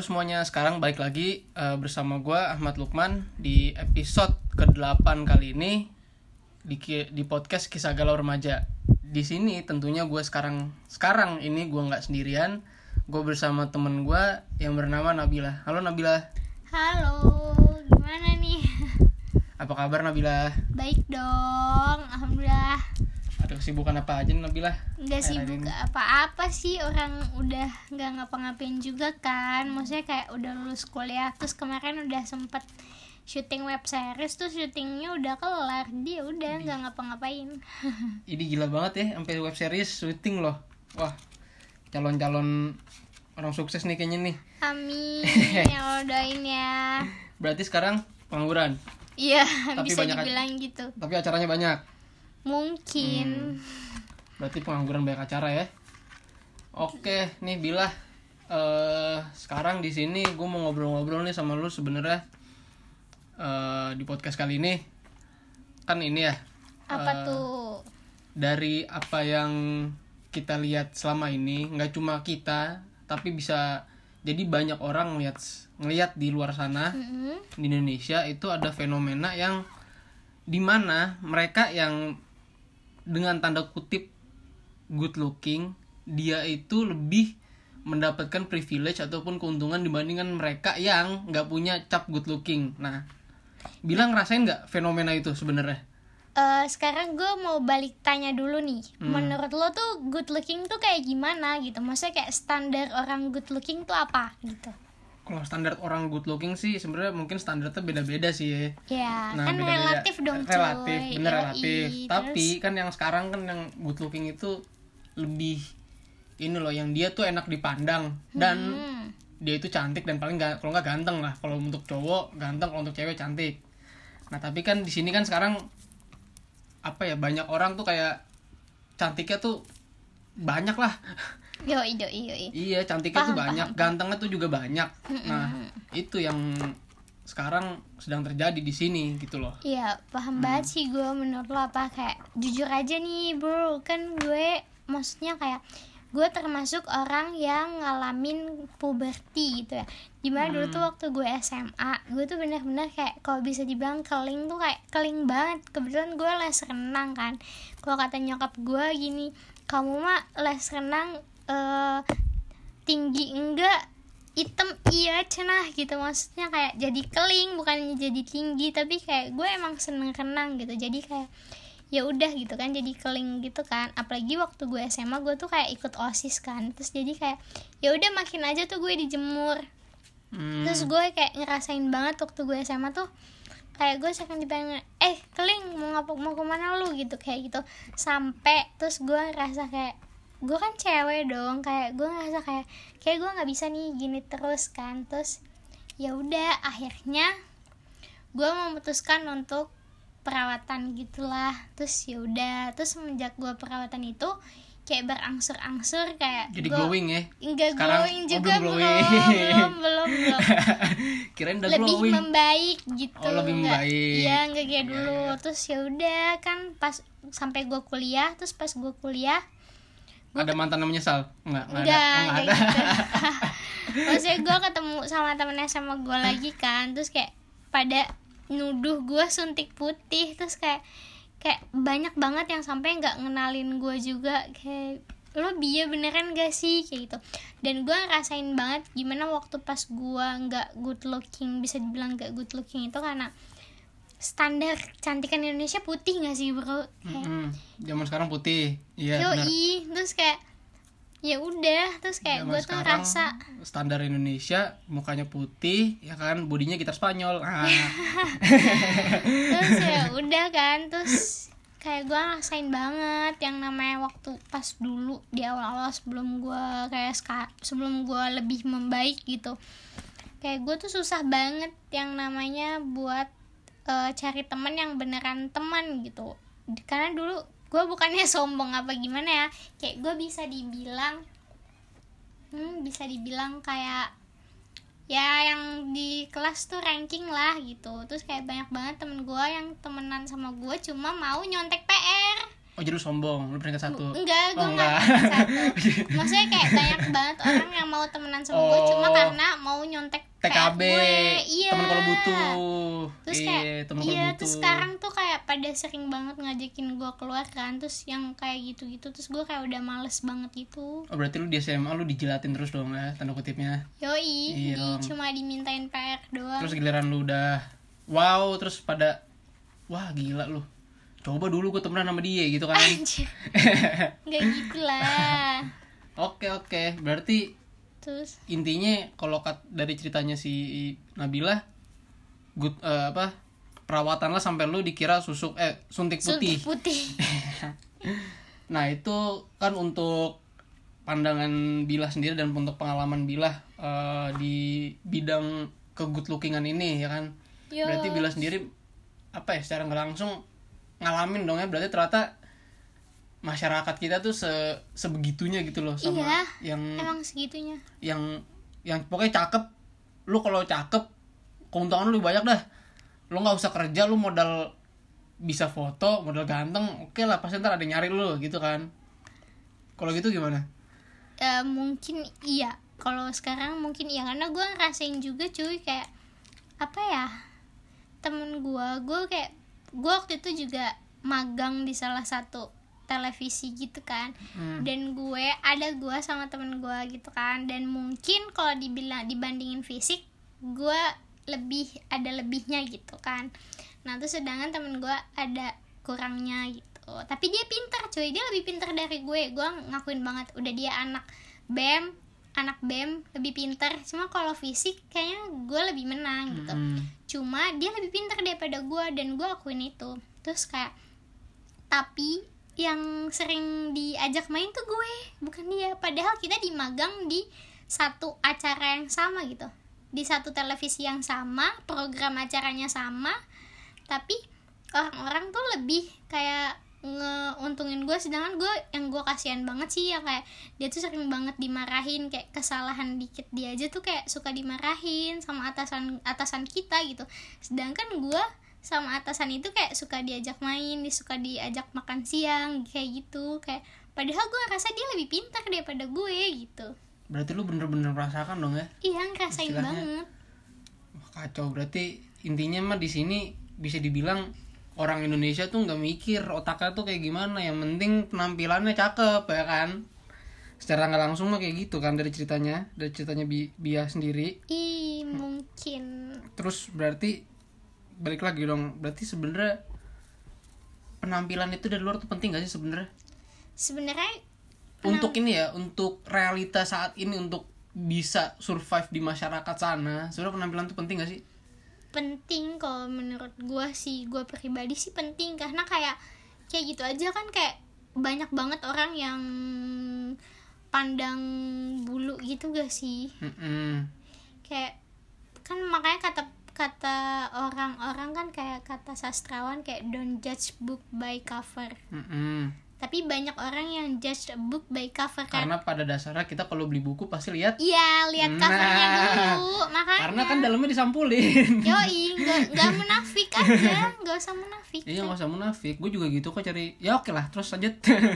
Halo semuanya, sekarang balik lagi bersama gue Ahmad Lukman di episode ke-8 kali ini di podcast Kisah Galau Remaja. Di sini tentunya gue sekarang ini gue nggak sendirian, gue bersama temen gue yang bernama Nabila. Halo Nabila. Halo, gimana nih? Apa kabar Nabila? Baik dong, alhamdulillah. Ada kesibukan apa aja Nabila? Nggak sibuk apa-apa sih, orang udah nggak ngapa-ngapain juga kan. Maksudnya kayak udah lulus kuliah, terus kemarin udah sempet syuting web series, terus syutingnya udah kelar, dia udah nggak ngapa-ngapain. Ini gila banget ya, sampai web series syuting loh. Wah, calon-calon orang sukses nih kayaknya nih. Amin, ya Allah doain ya. Berarti sekarang pengangguran? Iya, Tapi bisa banyak dibilang gitu. Tapi acaranya banyak? Mungkin. Berarti pengangguran banyak acara ya. Oke, nih Bila. Sekarang di sini gue mau ngobrol-ngobrol nih sama lu sebenarnya. Di podcast kali ini kan ini ya. Apa tuh? Dari apa yang kita lihat selama ini, nggak cuma kita, tapi bisa jadi banyak orang ngelihat di luar sana, di Indonesia itu ada fenomena yang dimana mereka yang dengan tanda kutip good looking, dia itu lebih mendapatkan privilege ataupun keuntungan dibandingkan mereka yang nggak punya cap good looking. Nah, bilang ngerasain nggak fenomena itu sebenarnya? Sekarang gue mau balik tanya dulu nih. Menurut lo tuh good looking tuh kayak gimana gitu? Maksudnya kayak standar orang good looking tuh apa gitu? Kalau standar orang good looking sih sebenarnya mungkin standarnya beda-beda sih ya. Ya, Nah, kan beda-beda. relatif dong cuy. Relatif, bener relatif. Tapi Terus, kan yang sekarang kan yang good looking itu lebih ini loh, yang dia tuh enak dipandang dan dia itu cantik dan paling kalau nggak ganteng lah. Kalau untuk cowok ganteng, kalau untuk cewek cantik. Nah tapi kan di sini kan sekarang apa ya, banyak orang tuh kayak cantiknya tuh banyak lah. yoi. Iya, cantiknya tuh banyak, gantengnya tuh juga banyak. Nah itu yang sekarang sedang terjadi di sini gitu loh. Iya, paham banget sih gue. Menurut lo apa? Kayak jujur aja nih bro, kan gue maksudnya kayak gue termasuk orang yang ngalamin puberti gitu ya. Dimana dulu tuh waktu gue SMA, gue tuh benar-benar kayak kalau bisa dibilang keling tuh kayak keling banget. Kebetulan gue les renang kan. Kalau kata nyokap gue gini, kamu mah les renang tinggi enggak, hitam iya cenah gitu. Maksudnya kayak jadi keling, bukannya jadi tinggi, tapi kayak gue emang seneng renang gitu. Jadi kayak ya udah gitu kan, jadi keling gitu kan. Apalagi waktu gue SMA, gue tuh kayak ikut OSIS kan. Terus jadi kayak ya udah makin aja tuh gue dijemur. Terus gue kayak ngerasain banget waktu gue SMA tuh kayak gue second dipanggil, keling mau kemana lu gitu, kayak gitu. Sampai terus gue ngerasa kayak gue kan cewek dong, kayak gue ngerasa kayak gue nggak bisa nih gini terus kan. Terus ya udah akhirnya gue memutuskan untuk perawatan gitulah. Terus ya udah, terus semenjak gue perawatan itu kayak berangsur-angsur kayak jadi glowing ya? Enggak Sekarang, glowing juga, belum kirain udah lebih glowing. membaik gitu. Oh, lebih membaik. Iya, enggak kayak dulu. Terus ya udah kan pas sampai gue kuliah. Terus pas gue kuliah ada mantan namanya Sal? Enggak ada. ada. Gitu. Maksudnya gue ketemu sama temen SMA gue lagi kan. Terus kayak pada nuduh gue suntik putih. Terus kayak banyak banget yang sampai nggak ngenalin gue juga, kayak lo biar beneran gak sih kayak gitu. Dan gue ngerasain banget gimana waktu pas gue nggak good looking, bisa dibilang nggak good looking itu karena standar kecantikan Indonesia putih nggak sih bro? Zaman sekarang putih, iya benar. Terus kayak ya udah, terus kayak gue tuh ngerasa standar Indonesia mukanya putih ya kan, bodinya gitar Spanyol. Terus ya udah kan, terus kayak gue ngerasain banget yang namanya waktu pas dulu di awal-awal sebelum gue lebih membaik gitu. Kayak gue tuh susah banget yang namanya buat cari teman yang beneran teman gitu. Karena dulu gue bukannya sombong apa gimana ya, kayak gue bisa dibilang kayak ya yang di kelas tuh ranking lah gitu. Terus kayak banyak banget temen gue yang temenan sama gue cuma mau nyontek PR. Oh jadi lu sombong, lu peringkat 1. Enggak, gue Oh, nggak peringkat 1. Maksudnya kayak banyak banget orang yang mau temenan sama gue, cuma karena mau nyontek kayak TKB, gue. Iya. temen kalau butuh. Terus kayak temen kalau butuh. terus sekarang tuh kayak pada sering banget ngajakin gue keluar kan, terus yang kayak gitu-gitu, terus gue kayak udah males banget gitu. Oh berarti lu di SMA lu dijilatin terus dong ya, tanda kutipnya. Yoi, Iya dong. cuma dimintain PR doang. Terus giliran lu udah wow, terus pada wah gila lu, coba dulu gue temenan sama dia gitu kan. Anjir. Nggak gitu lah. Oke, berarti Terus intinya kalau dari ceritanya si Nabila perawatan lah sampai lu dikira suntik putih. suntik putih. Nah itu kan untuk pandangan Bila sendiri dan untuk pengalaman Bila di bidang ke good lookingan ini ya kan. Yo. Berarti Bila sendiri secara nggak langsung ngalamin dong ya, berarti ternyata masyarakat kita tuh sebegitunya gitu loh sama Iya, yang emang segitunya. yang pokoknya cakep. Lu kalau cakep keuntungan lu lebih banyak dah. Lu nggak usah kerja, lu modal bisa foto, modal ganteng, oke lah pasti ntar ada yang nyari lu gitu kan. Kalau gitu gimana? Mungkin iya. Kalau sekarang mungkin iya, karena gue ngerasain juga cuy, kayak apa ya, temen gue waktu itu juga magang di salah satu televisi gitu kan. Dan gue sama temen gue gitu kan, dan mungkin kalau dibandingin fisik gue ada lebihnya gitu kan. Nah terus sedangkan temen gue ada kurangnya gitu, tapi dia pintar cuy, dia lebih pintar dari gue ngakuin banget, udah dia anak BEM lebih pintar. Cuma kalau fisik kayaknya gue lebih menang gitu. Cuma dia lebih pintar daripada gue, dan gue akuin itu. Terus kayak, tapi yang sering diajak main tuh gue, bukan dia. Padahal kita dimagang di satu acara yang sama gitu, di satu televisi yang sama, program acaranya sama, tapi orang-orang tuh lebih kayak ngeuntungin gue. Sedangkan gue kasihan banget sih, yang kayak dia tuh sering banget dimarahin, kayak kesalahan dikit dia aja tuh kayak suka dimarahin sama atasan kita gitu. Sedangkan gue sama atasan itu kayak suka diajak main, suka diajak makan siang kayak gitu, kayak padahal gue ngerasa dia lebih pintar daripada gue gitu. Berarti lu bener-bener merasakan dong ya? Iya, ngerasain istilahnya banget. Wah, kacau. Berarti intinya mah di sini bisa dibilang orang Indonesia tuh nggak mikir otaknya tuh kayak gimana, yang penting penampilannya cakep ya kan. Secara nggak langsung mah kayak gitu kan dari ceritanya Bia sendiri. Mungkin. Terus berarti balik lagi dong, berarti sebenarnya penampilan itu dari luar tuh penting gak sih sebenarnya? Sebenarnya untuk ini ya, untuk realita saat ini, untuk bisa survive di masyarakat sana, sebenarnya penampilan tuh penting gak sih? Penting kalau menurut gue sih, gue pribadi sih penting, karena kayak gitu aja kan, kayak banyak banget orang yang pandang bulu gitu gak sih? Kayak kan makanya kata orang-orang kan, kayak kata sastrawan kayak don't judge book by cover. Tapi banyak orang yang judge a book by cover kan. Karena pada dasarnya kita kalau beli buku pasti lihat. Iya, lihat covernya dulu. Makanya. Karena kan dalamnya disampulin. Yoi, nggak munafik aja, nggak usah munafik. Iya, nggak usah munafik. Gue juga gitu kok cari. Ya oke lah, terus lanjut.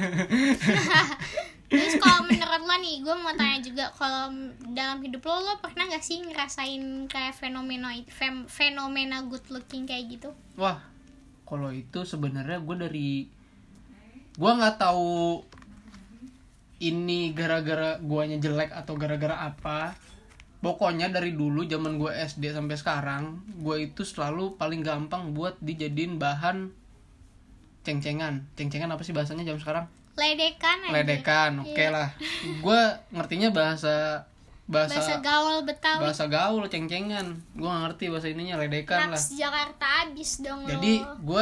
Terus kalau menurut lo nih, gue mau tanya juga, kalau dalam hidup lo pernah gak sih ngerasain kayak fenomena good looking kayak gitu? Wah, kalau itu sebenarnya gue nggak tahu ini gara-gara guanya jelek atau gara-gara apa. Pokoknya dari dulu zaman gue SD sampai sekarang, gue itu selalu paling gampang buat dijadiin bahan ceng-cengan. Ceng-cengan apa sih bahasanya zaman sekarang? Ledekan, oke lah. Gue ngertinya bahasa gaul Betawi. Bahasa gaul, ceng-cengan. Gue gak ngerti bahasa ininya, ledekan lah. Jakarta abis dong. Jadi gue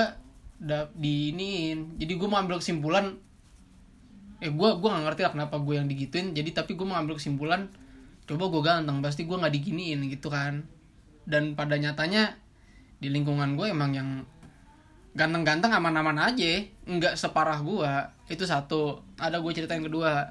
jadi gue mau ambil kesimpulan. Gue gak ngerti lah kenapa gue yang digituin. Tapi gue mau ambil kesimpulan, coba gue ganteng, pasti gue gak diginiin gitu kan. Dan pada nyatanya di lingkungan gue emang yang ganteng-ganteng aman-aman aja, nggak separah gua. Itu satu. Ada gue ceritain kedua.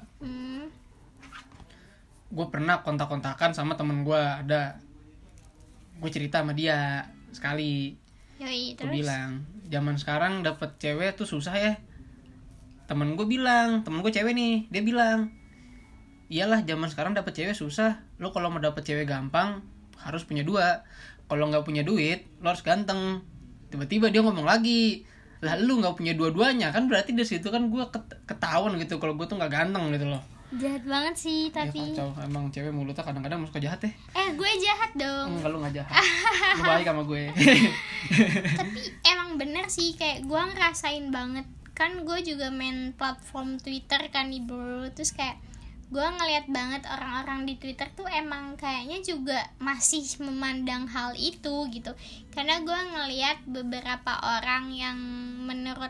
Gue pernah kontak-kontakan sama temen gue, ada. Gue cerita sama dia sekali. Yoi, gue bilang, zaman sekarang dapet cewek tuh susah ya. temen gue cewek nih, dia bilang, iyalah zaman sekarang dapet cewek susah, lo kalau mau dapet cewek gampang harus punya 2, kalau nggak punya duit lo harus ganteng. Tiba-tiba dia ngomong lagi, lah lu nggak punya dua-duanya, kan berarti dari situ kan gue ketahuan gitu kalau gue tuh nggak ganteng gitu loh. Jahat banget sih tapi. Ya kacau, emang cewek mulutnya kadang-kadang suka jahat ya. Gue jahat dong. Enggak, lu nggak jahat. Lu baik sama gue. Tapi emang bener sih, kayak gue ngerasain banget. Kan gue juga main platform Twitter kan nih bro. Terus kayak gue ngeliat banget orang-orang di Twitter tuh emang kayaknya juga masih memandang hal itu gitu. Karena gue ngeliat beberapa orang yang menurut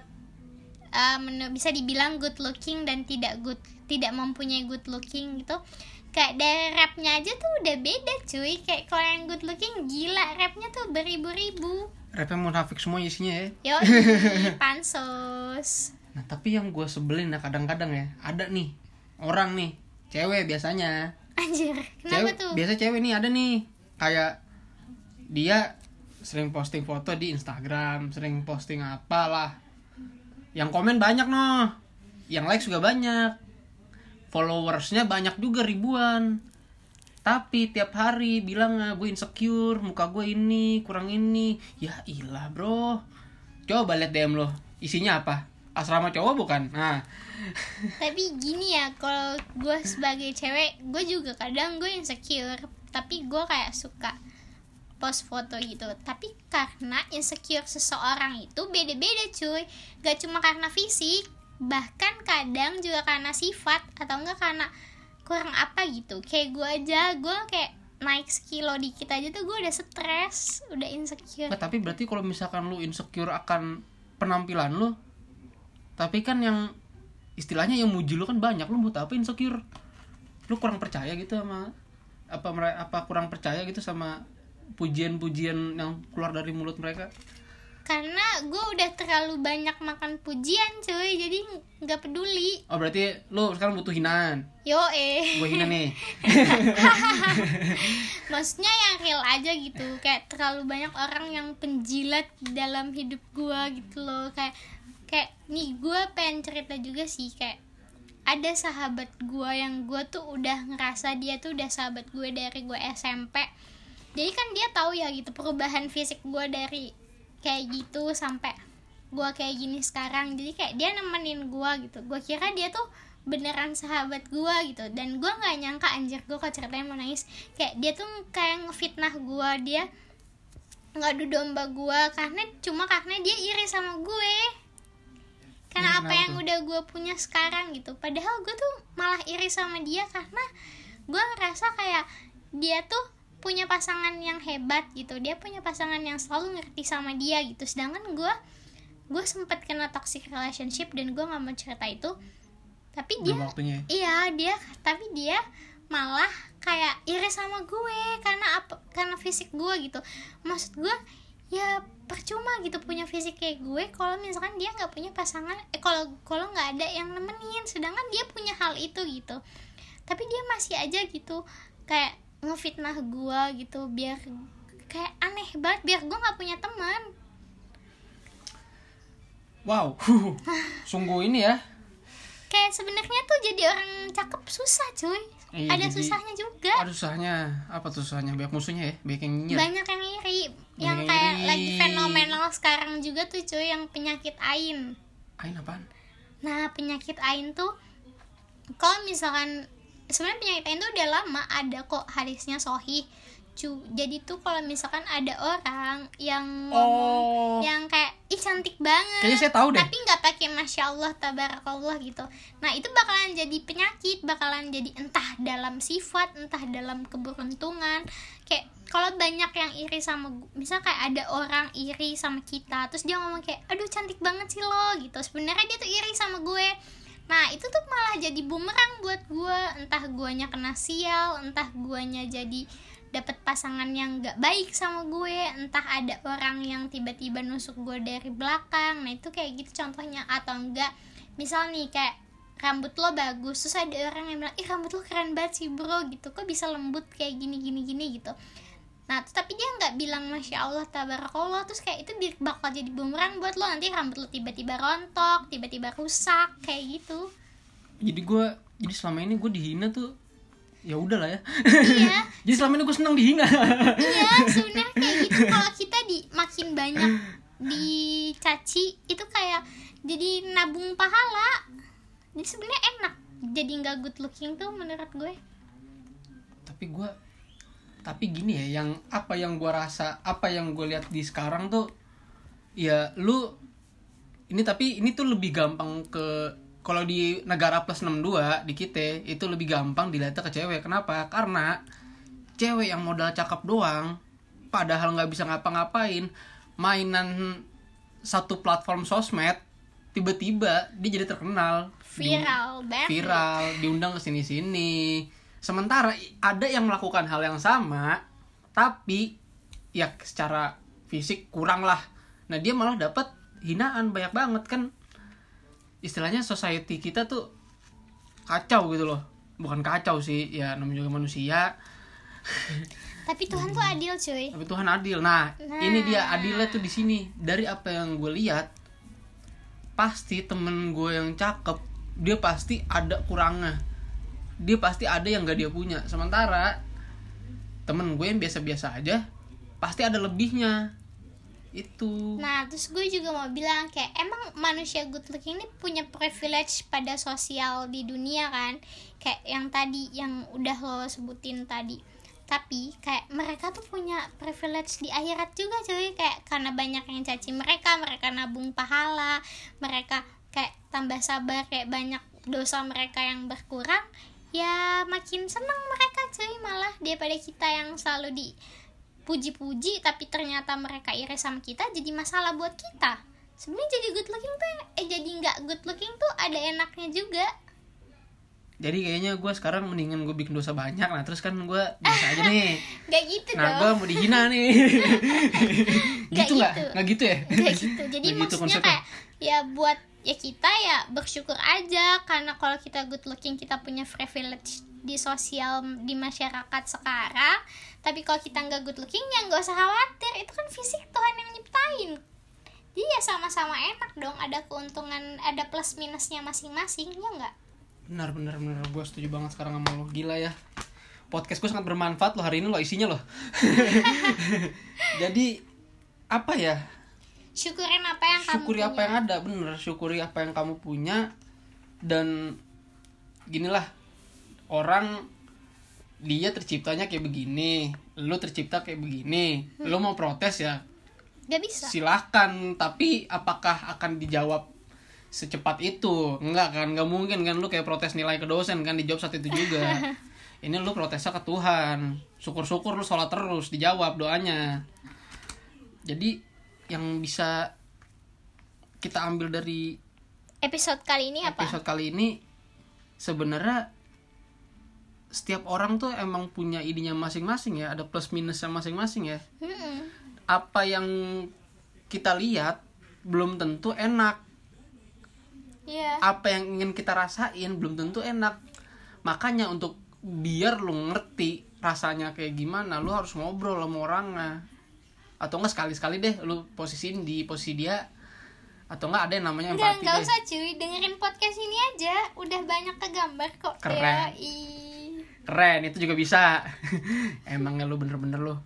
bisa dibilang good looking dan tidak mempunyai good looking gitu. Kayak dari rapnya aja tuh udah beda cuy. Kayak kalau yang good looking gila, rapnya tuh beribu-ribu. Rapnya munafik semua isinya ya. Yoi, pansos. Nah tapi yang gue sebelin kadang-kadang ya, ada nih orang nih, cewek biasanya. Anjir, kenapa cewek, tuh? Biasa cewek nih ada nih, kayak dia sering posting foto di Instagram, sering posting apalah, yang komen banyak noh, yang like juga banyak, followersnya banyak juga ribuan. Tapi tiap hari bilang gue insecure, muka gue ini, kurang ini. Ya ilah bro, coba liat DM lo, isinya apa? Asrama cowok bukan? Nah. Tapi gini ya, kalau gue sebagai cewek, gue juga kadang gue insecure. Tapi gue kayak suka post foto gitu. Tapi karena insecure seseorang itu beda-beda cuy. Gak cuma karena fisik, bahkan kadang juga karena sifat. Atau enggak karena kurang apa gitu. Kayak gue aja, gue kayak naik sekilo dikit aja tuh gue udah stres, udah insecure. Nah, tapi berarti kalau misalkan lu insecure akan penampilan lu, tapi kan yang istilahnya yang muji lu kan banyak, lu buat apa insecure? Lu kurang percaya gitu sama apa kurang percaya gitu sama pujian-pujian yang keluar dari mulut mereka? Karena gue udah terlalu banyak makan pujian cuy, jadi nggak peduli. Oh berarti lu sekarang butuh hinaan? Gue hina nih. Maksudnya yang real aja gitu. Kayak terlalu banyak orang yang penjilat dalam hidup gue gitu loh. Kayak nih gue pengen cerita juga sih. Kayak ada sahabat gue yang gue tuh udah ngerasa dia tuh udah sahabat gue dari gue SMP. Jadi kan dia tahu ya gitu perubahan fisik gue dari kayak gitu sampai gue kayak gini sekarang. Jadi kayak dia nemenin gue gitu. Gue kira dia tuh beneran sahabat gue gitu. Dan gue gak nyangka, anjir gue kalau ceritain mau nangis. Kayak dia tuh kayak ngefitnah gue. Dia ngadu domba gue karena dia iri sama gue. Karena apa yang udah gue punya sekarang gitu. Padahal gue tuh malah iri sama dia karena gue ngerasa kayak dia tuh punya pasangan yang hebat gitu. Dia punya pasangan yang selalu ngerti sama dia gitu. Sedangkan gue sempat kena toxic relationship dan gue nggak mau cerita itu. Tapi tapi dia malah kayak iri sama gue karena fisik gue gitu. Maksud gue ya percuma gitu punya fisik kayak gue kalau misalkan dia nggak punya pasangan, kalau nggak ada yang nemenin. Sedangkan dia punya hal itu gitu. Tapi dia masih aja gitu kayak ngefitnah gue gitu biar kayak aneh banget, biar gue nggak punya teman. Wow, sungguh ini ya. Kayak sebenarnya tuh jadi orang cakep susah cuy. Ada susahnya juga. Ada susahnya. Apa tuh susahnya? Banyak musuhnya ya, banyak yang nyinyir. Banyak yang iri. Yang kayak lagi fenomenal sekarang juga tuh cuy, yang penyakit AIN. AIN apaan? Nah penyakit AIN tuh kalau misalkan sebenarnya penyakit AIN tuh udah lama ada kok hadisnya sahih. Jadi tuh kalau misalkan ada orang yang ngomong yang kayak ih cantik banget, kayaknya saya tahu deh, tapi nggak pakai masya Allah tabarakallah gitu, nah itu bakalan jadi penyakit, bakalan jadi entah dalam sifat, entah dalam keberuntungan. Kayak kalau banyak yang iri sama, misal kayak ada orang iri sama kita, terus dia ngomong kayak aduh cantik banget sih lo gitu, sebenarnya dia tuh iri sama gue. Nah itu tuh malah jadi bumerang buat gue, entah guanya kena sial, entah guanya jadi dapat pasangan yang gak baik sama gue, entah ada orang yang tiba-tiba nusuk gue dari belakang. Nah itu kayak gitu contohnya. Atau enggak misal nih kayak rambut lo bagus, terus ada orang yang bilang ih rambut lo keren banget sih bro gitu, kok bisa lembut kayak gini gitu. Nah terus tapi dia nggak bilang masya Allah tabarakallah, terus kayak itu bakal jadi bumerang buat lo, nanti rambut lo tiba-tiba rontok, tiba-tiba rusak kayak gitu. Jadi selama ini gue dihina tuh ya udahlah ya. Iya. Jadi selama ini gue senang dihina. Iya sebenarnya kayak gitu. Kalau kita makin banyak dicaci itu kayak jadi nabung pahala. Jadi sebenarnya enak jadi nggak good looking tuh menurut gue. Tapi gini ya, yang gue rasa, apa yang gue lihat di sekarang tuh ya ini tuh lebih gampang kalau di negara plus 62 di kita itu lebih gampang dilihatnya ke cewek. Kenapa? Karena cewek yang modal cakep doang, padahal nggak bisa ngapa-ngapain, mainan satu platform sosmed, tiba-tiba dia jadi terkenal, viral, diundang ke sini-sini. Sementara ada yang melakukan hal yang sama, tapi ya secara fisik kurang lah. Nah dia malah dapat hinaan banyak banget kan. Istilahnya society kita tuh kacau gitu loh. Bukan kacau sih, ya namanya juga manusia. Tapi Tuhan tuh adil cuy. Tapi Tuhan adil. Nah ini dia adilnya tuh di sini. Dari apa yang gue lihat, pasti temen gue yang cakep, dia pasti ada kurangnya. Dia pasti ada yang gak dia punya. Sementara temen gue yang biasa-biasa aja, pasti ada lebihnya. Itu. Nah terus gue juga mau bilang kayak emang manusia good looking ini punya privilege pada sosial di dunia kan, kayak yang tadi yang udah lo sebutin tadi. Tapi kayak mereka tuh punya privilege di akhirat juga cuy, kayak karena banyak yang caci mereka nabung pahala, mereka kayak tambah sabar, kayak banyak dosa mereka yang berkurang, ya makin senang mereka cuy malah daripada kita yang selalu dipuji-puji tapi ternyata mereka iri sama kita, jadi masalah buat kita. Sebenarnya jadi good looking tuh jadi nggak good looking tuh ada enaknya juga. Jadi kayaknya gue sekarang mendingan gue bikin dosa banyak, nah terus kan gue biasa aja nih. Gak gitu nah, dong. Nah gue mau dihina nih. Gitu nggak gitu ya? Gak gitu. Jadi gak gitu maksudnya kayak ya buat ya kita ya bersyukur aja, karena kalau kita good looking kita punya privilege di sosial di masyarakat sekarang. Tapi kalau kita nggak good looking ya nggak usah khawatir, itu kan fisik Tuhan yang nyiptain. Jadi ya sama-sama enak dong, ada keuntungan, ada plus minusnya masing-masing, ya nggak? Benar, gue setuju banget sekarang sama lo. Gila ya, podcast gue sangat bermanfaat lo hari ini lo isinya lo. Jadi apa ya, syukuri apa yang ada, bener, syukuri apa yang kamu punya. Dan ginilah, orang dia terciptanya kayak begini, lo tercipta kayak begini. Lo mau protes ya gak bisa, silahkan, tapi apakah akan dijawab secepat itu? Enggak kan, nggak mungkin kan. Lu kayak protes nilai ke dosen kan dijawab saat itu juga. Ini lu protesnya ke Tuhan, syukur-syukur lu sholat terus dijawab doanya. Jadi yang bisa kita ambil dari episode kali ini apa? Episode kali ini sebenarnya setiap orang tuh emang punya idenya masing-masing ya, ada plus minusnya masing-masing ya. Apa yang kita lihat belum tentu enak. Yeah. Apa yang ingin kita rasain belum tentu enak. Makanya untuk biar lu ngerti rasanya kayak gimana, lu harus ngobrol sama orangnya. Atau enggak sekali-sekali deh lu posisiin di posisi dia. Atau enggak ada yang namanya empati deh. Enggak usah cuy, dengerin podcast ini aja, udah banyak kegambar kok. Keren. Keren, itu juga bisa. Emangnya lu bener-bener lu.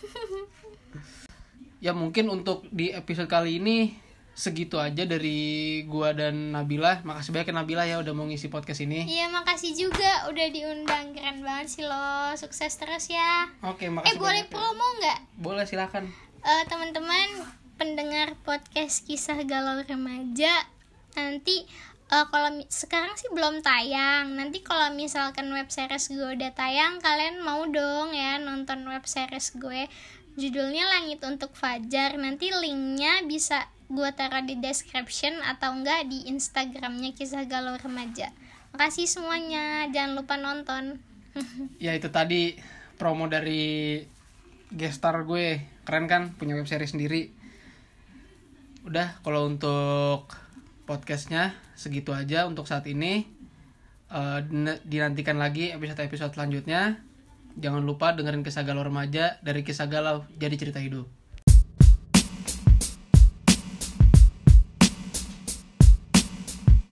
Ya mungkin untuk di episode kali ini segitu aja dari gua dan Nabila. Makasih banyak ya Nabila ya udah mau ngisi podcast ini. Iya, makasih juga udah diundang, keren banget sih lo. Sukses terus ya. Oke, makasih. Boleh promo nggak? Boleh, silakan. Teman-teman pendengar podcast Kisah Galau Remaja, nanti kalau sekarang sih belum tayang. Nanti kalau misalkan web series gue udah tayang, kalian mau dong ya nonton web series gue. Judulnya Langit Untuk Fajar. Nanti linknya bisa gue taruh di description atau enggak di Instagramnya Kisah Galau Remaja. Makasih semuanya, jangan lupa nonton. Ya itu tadi promo dari gestar gue. Keren kan, punya web series sendiri. Udah, kalau untuk podcastnya segitu aja untuk saat ini. Dinantikan lagi episode-episode selanjutnya. Jangan lupa dengerin Kisah Galau Remaja, dari kisah galau jadi cerita hidup.